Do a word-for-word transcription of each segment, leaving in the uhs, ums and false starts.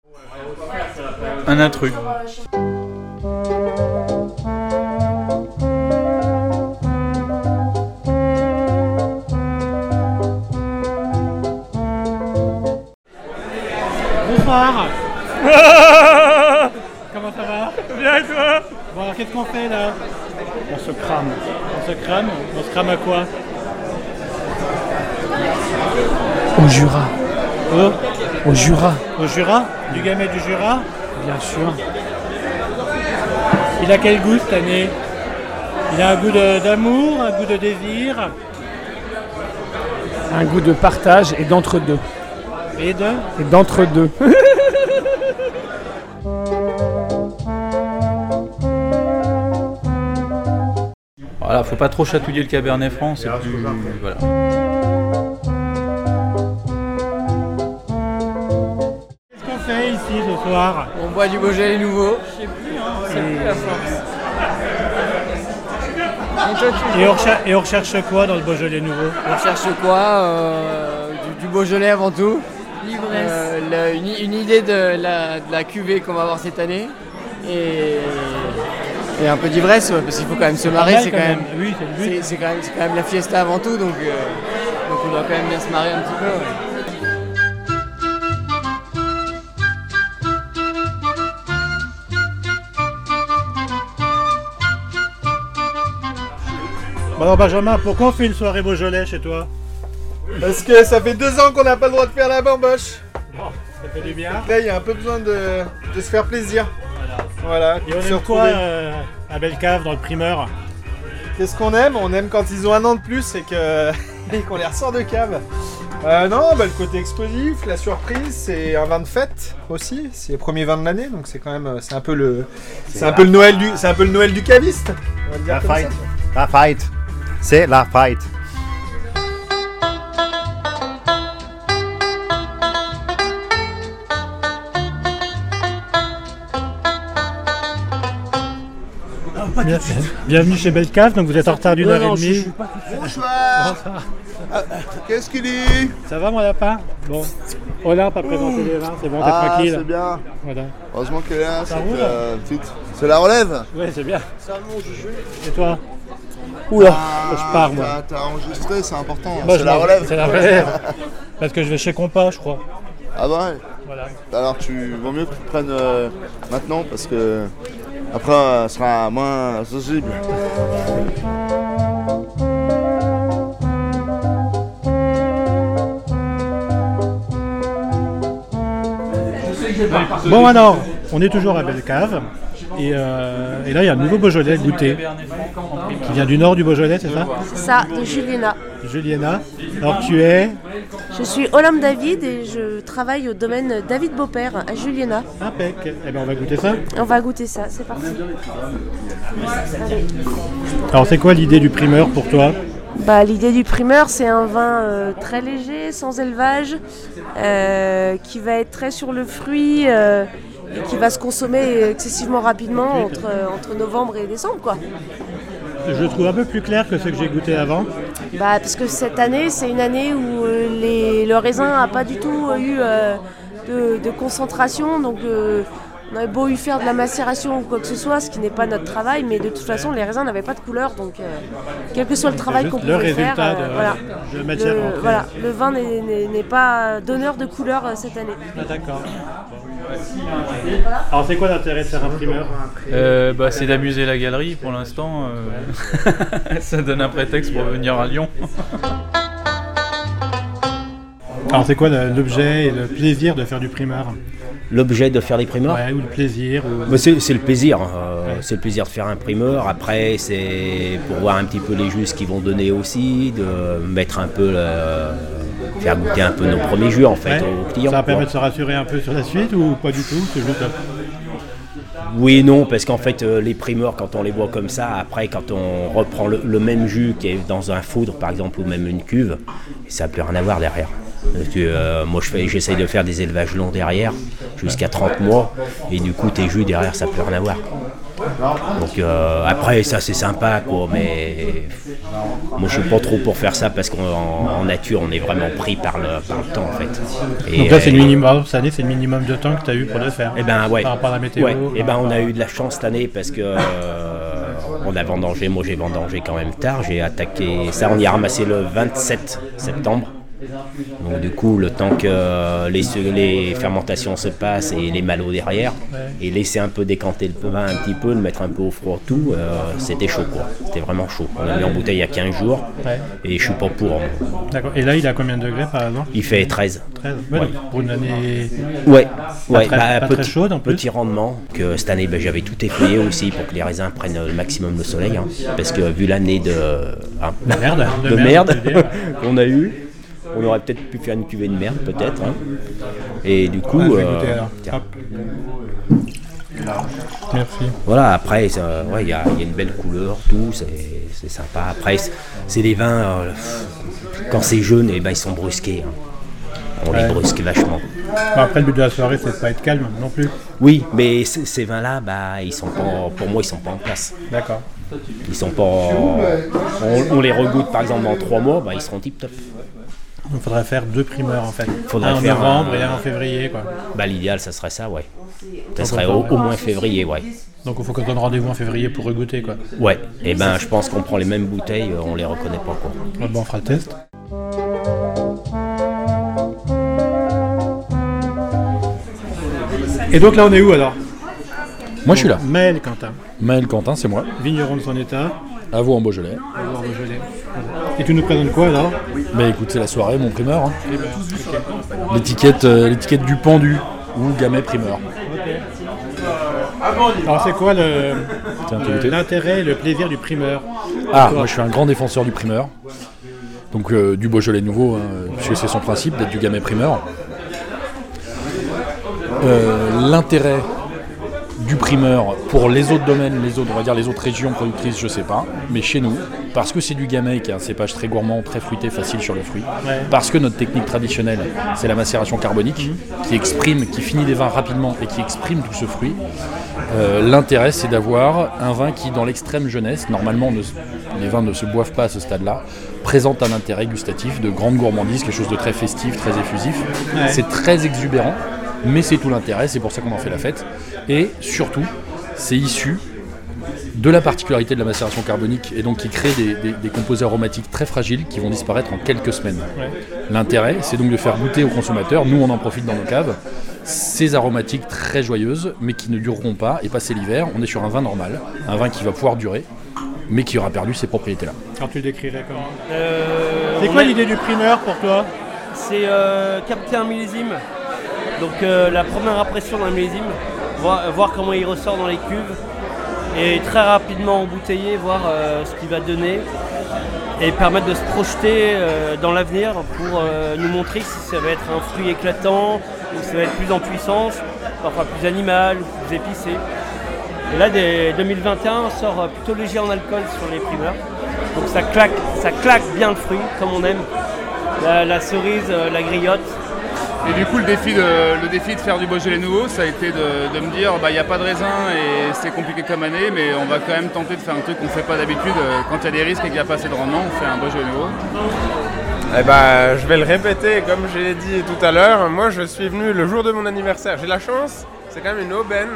Un intrus. Bonsoir. Comment ça va? Bien et toi? Bon alors qu'est-ce qu'on fait là? On se crame. On se crame? On se crame à quoi? Au Jura. Oh. Au Jura. Au Jura? Du Gamay du Jura? Bien sûr. Il a quel goût cette année? Il a un goût de- d'amour, un goût de désir Un goût de partage et d'entre-deux. et de... Et d'entre-deux. Voilà, faut pas trop chatouiller le Cabernet Franc, c'est plus... Voilà. Qu'est-ce qu'on fait ici ce soir? On boit du Beaujolais nouveau. Je sais plus, hein, c'est plus la force. Et toi, tu- Et on, recher- et on recherche quoi dans le Beaujolais nouveau? On cherche quoi euh, du, du Beaujolais avant tout. L'ivresse. Euh, le- une, une idée de la, de la cuvée qu'on va avoir cette année. Et, et un peu d'ivresse, ouais, parce qu'il faut quand même se marrer. Pas mal, C'est quand même, Oui, c'est le but. c'est, c'est quand même, c'est quand même la fiesta avant tout. Donc, euh, donc on doit quand même bien se marrer un petit peu. Ouais. Bon alors Benjamin, pourquoi on fait une soirée Beaujolais chez toi? Parce que ça fait deux ans qu'on n'a pas le droit de faire la bamboche. Ça fait du bien. Là, il y a un peu besoin de, de se faire plaisir. Voilà. Et on se aime quoi retrouver. euh, à Bellecave dans le primeur? Qu'est-ce qu'on aime? On aime quand ils ont un an de plus et que- et qu'on les ressort de cave. Euh, non, bah, le côté explosif, la surprise, c'est un vin de fête aussi. C'est le premier vin de l'année, donc c'est quand même, c'est un peu le, c'est un peu le Noël du, c'est un peu le Noël du caviste. On va le dire La comme fight. ça. La fight. C'est la fight. Bien- Bienvenue chez Bellecave, donc vous êtes en retard d'une heure et demie. Bonsoir. Qu'est-ce qu'il dit? Ça va mon lapin? Bon, Olympe a présenté les vins, c'est bon, t'es Ah, tranquille. c'est bien. Voilà. Heureusement qu'elle est là, Ça cette roule euh, petite. C'est la relève. Ouais, c'est bien. Et toi? Oula, je pars moi. T'as, t'as enregistré, c'est important. Moi, c'est je la m'en- relève. C'est la relève. Parce que je vais chez Compas, je crois. Ah bah ouais. Voilà. Alors tu vaut mieux que tu prennes euh, maintenant parce que après euh, ce sera moins accessible. Bon alors, on est toujours à Bellecave. Et, euh, et là, il y a un nouveau Beaujolais goûté qui vient du nord du Beaujolais, c'est ça? C'est ça, de Juliena. Juliena. Alors tu es Je suis Olympe David et je travaille au domaine David Beaupère à Juliena. impec. Eh bien, on va goûter ça. On va goûter ça, c'est parti. Alors c'est quoi l'idée du primeur pour toi? Bah, l'idée du primeur, c'est un vin euh, très léger, sans élevage, euh, qui va être très sur le fruit euh, et qui va se consommer excessivement rapidement entre, entre novembre et décembre, quoi. Je le trouve un peu plus clair que ce que j'ai goûté avant. Bah, parce que cette année, c'est une année où euh, les, le raisin n'a pas du tout euh, eu euh, de, de concentration. Donc, euh, on avait beau y faire de la macération ou quoi que ce soit, ce qui n'est pas notre travail, mais de toute façon, les raisins n'avaient pas de couleur. Donc, euh, quel que soit le travail juste qu'on le pouvait faire, résultat euh, de- voilà. de matière le, rentrée. voilà, le vin n'est- n'est n'est pas donneur de couleur euh, cette année. Ah, d'accord. Alors c'est quoi l'intérêt de faire un primeur? Euh, bah, c'est d'amuser la galerie pour l'instant. euh, Ça donne un prétexte pour venir à Lyon. Alors c'est quoi le- l'objet et le plaisir de faire du primeur? L'objet de faire des primeurs, Ouais, ou le plaisir ou... bah, c'est, c'est le plaisir. euh, Ouais. C'est le plaisir de faire un primeur. Après, c'est pour voir un petit peu les jus qu'ils vont donner aussi, de mettre un peu, le- faire goûter un peu nos premiers jus en fait Ouais. aux clients. Ça va quoi. permettre de se rassurer un peu sur la suite ou pas du tout? C'est juste... Oui et non, parce qu'en fait, euh, les primeurs, quand on les voit comme ça, après, quand on reprend le, le même jus qui est dans un foudre, par exemple, ou même une cuve, ça n'a plus rien à voir derrière. Parce que, euh, moi, je fais, j'essaye de faire des élevages longs derrière, jusqu'à trente mois, et du coup, tes jus derrière, ça n'a plus rien à voir. Donc euh, après ça c'est sympa quoi, mais moi je suis pas trop pour faire ça parce qu'en en nature on est vraiment pris par le, par le temps en fait. Et donc là c'est le minimum, cette année c'est le minimum de temps que tu as eu pour le faire. Et ben ouais. Par rapport à la météo. Ouais. Et ben on a eu de la chance cette année parce que euh, on a vendangé, moi j'ai vendangé quand même tard, j'ai attaqué ça, on y a ramassé le vingt-sept septembre. Donc du coup le temps que les, les fermentations se passent et les malots derrière ouais. Et laisser un peu décanter le vin un petit peu, le mettre un peu au froid tout, euh, c'était chaud quoi, c'était vraiment chaud. On l'a mis en bouteille il y a quinze jours ouais. Et je suis pas pour. D'accord. Et là il a combien de degrés par exemple? Il fait treize. treize ouais, ouais. Pour une année ouais, ouais. Très, bah, pas petit, très chaude en plus. Petit rendement, que cette année bah, j'avais tout effeuillé aussi pour que les raisins prennent le maximum le soleil, hein, parce que vu l'année de, hein, de merde, de, de merde, merde qu'on a eu. On aurait peut-être pu faire une cuvée de merde, peut-être. Hein. Et du coup. Ouais, euh, goûter, Hop. Merci. Voilà, après, il ouais, y, y a une belle couleur, tout, c'est, c'est sympa. Après, c'est des vins, euh, quand c'est jeune, eh ben, ils sont brusqués. Hein. On ouais. les brusque vachement. Bon, après, le but de la soirée, c'est de pas être calme non plus. Oui, mais c- ces vins-là, bah, ils sont pas, pour moi, ils sont pas en place. D'accord. Ils sont pas. On, on les regoute, par exemple, dans trois mois, bah, ils seront tip-top. Il faudrait faire deux primeurs en fait. Faudrait un en faire novembre un... et un en février quoi. Bah l'idéal ça serait ça ouais. Ça serait au, au moins février ouais. Donc il faut qu'on donne rendez-vous en février pour regoûter quoi. Ouais. Et ben je pense qu'on prend les mêmes bouteilles, on les reconnaît pas quoi. Ouais, bon on fera le test. Et donc là on est où alors? Moi je suis là. Maël Quentin. Maël Quentin c'est moi. Vigneron de son état. À vous en Beaujolais. À vous en Beaujolais. Et tu nous présentes quoi alors? Bah écoute, c'est la soirée, mon primeur. Hein. Eh ben, okay. L'étiquette, euh, l'étiquette du pendu ou Gamay primeur. Okay. Alors c'est quoi le, le, l'intérêt et le plaisir du primeur? Ah, moi je suis un grand défenseur du primeur. Donc euh, du Beaujolais nouveau, hein, puisque c'est son principe d'être du Gamay primeur. Euh, l'intérêt du primeur pour les autres domaines, les autres, on va dire les autres régions productrices, je sais pas, mais chez nous, parce que c'est du Gamay qui est un cépage très gourmand, très fruité, facile sur le fruit, ouais. Parce que notre technique traditionnelle, c'est la macération carbonique, mmh. qui exprime, qui finit des vins rapidement et qui exprime tout ce fruit. Euh, l'intérêt, c'est d'avoir un vin qui, dans l'extrême jeunesse, normalement, ne, les vins ne se boivent pas à ce stade-là, présente un intérêt gustatif, de grande gourmandise, quelque chose de très festif, très effusif. Ouais. C'est très exubérant. Mais c'est tout l'intérêt, c'est pour ça qu'on en fait la fête. Et surtout, c'est issu de la particularité de la macération carbonique et donc qui crée des, des, des composés aromatiques très fragiles qui vont disparaître en quelques semaines. Ouais. L'intérêt, c'est donc de faire goûter aux consommateurs, nous on en profite dans nos caves, ces aromatiques très joyeuses mais qui ne dureront pas et passer l'hiver, on est sur un vin normal, un vin qui va pouvoir durer mais qui aura perdu ces propriétés-là. Alors tu le décrirais comment euh, C'est quoi est... l'idée du primeur pour toi? C'est euh, capter un millésime. Donc euh, la première impression d'un millésime, voir, voir comment il ressort dans les cuves et très rapidement embouteiller, voir euh, ce qu'il va donner et permettre de se projeter euh, dans l'avenir pour euh, nous montrer si ça va être un fruit éclatant ou si ça va être plus en puissance, parfois plus animal ou plus épicé. Et là, dès deux mille vingt et un, on sort plutôt léger en alcool sur les primeurs. Donc ça claque, ça claque bien le fruit comme on aime. La, la cerise, la griotte. Et du coup, le défi, de, le défi de faire du Beaujolais nouveau, ça a été de, de me dire, bah, y a pas de raisin et c'est compliqué comme année, mais on va quand même tenter de faire un truc qu'on ne fait pas d'habitude. Quand il y a des risques et qu'il n'y a pas assez de rendement, on fait un Beaujolais nouveau. Eh ben, je vais le répéter, comme je l'ai dit tout à l'heure, moi je suis venu le jour de mon anniversaire. J'ai la chance, c'est quand même une aubaine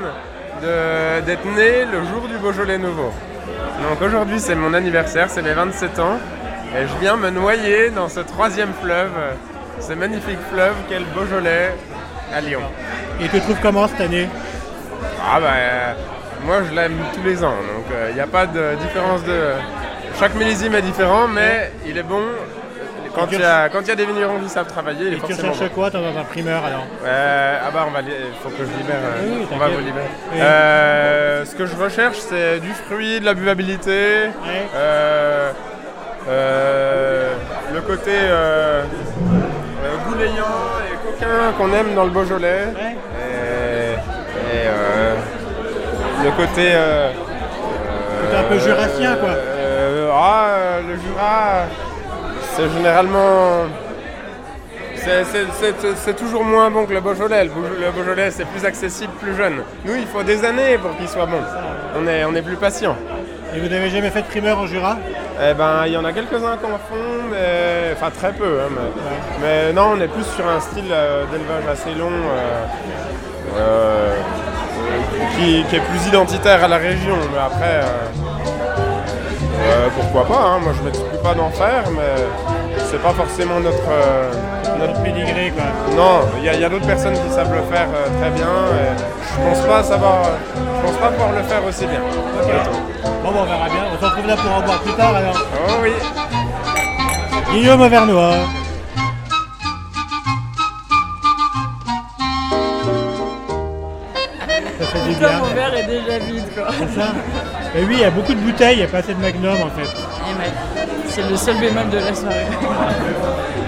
de, d'être né le jour du Beaujolais nouveau. Donc aujourd'hui c'est mon anniversaire, c'est mes vingt-sept ans, et je viens me noyer dans ce troisième fleuve. Ce magnifique fleuve qu'est le Beaujolais à Lyon. Et tu trouves comment cette année? Ah bah euh, moi je l'aime tous les ans, donc il euh, n'y a pas de différence de... Chaque millésime est différent, mais il est bon. Quand il y, y a des vignerons qui savent travailler, il est forcément bon. Et tu cherches quoi dans un primeur alors? euh, Ah bah on va... Il faut que je libère. Euh, oui, on va vous libérer. Oui. Euh, ce que je recherche c'est du fruit, de la buvabilité. Oui. Euh, euh, le côté... Euh, Euh, goulayant et coquin qu'on aime dans le Beaujolais. Ouais. Et, et euh, le côté... Euh, côté un peu jurassien quoi. Euh, ah, le Jura, c'est généralement... c'est, c'est, c'est, c'est toujours moins bon que le Beaujolais. Le Beaujolais, le Beaujolais, c'est plus accessible, plus jeune. Nous, il faut des années pour qu'il soit bon. On est, on est plus patient. Et vous n'avez jamais fait de primeur en Jura? Eh ben, il y en a quelques-uns qui en font, mais... enfin très peu. Hein, mais... Ouais. mais non, on est plus sur un style euh, d'élevage assez long, euh, euh, qui, qui est plus identitaire à la région. Mais après, euh, euh, pourquoi pas, hein, moi je ne m'exclus pas d'en faire, mais c'est pas forcément notre... Euh, notre pédigré, quoi. Non, il y, y a d'autres personnes qui savent le faire euh, très bien, et je pense pas savoir... Je pense pas pouvoir le faire aussi bien. Okay. Bon, bon, on verra bien. On se retrouve là pour en boire plus tard, alors. Oh oui. Guillaume Auvernois. Ça fait du bien. Mon verre est déjà vide, quoi. C'est ça. Et oui, il y a beaucoup de bouteilles, il n'y a pas assez de Magnum, en fait. Et ouais. C'est le seul bémol de la soirée.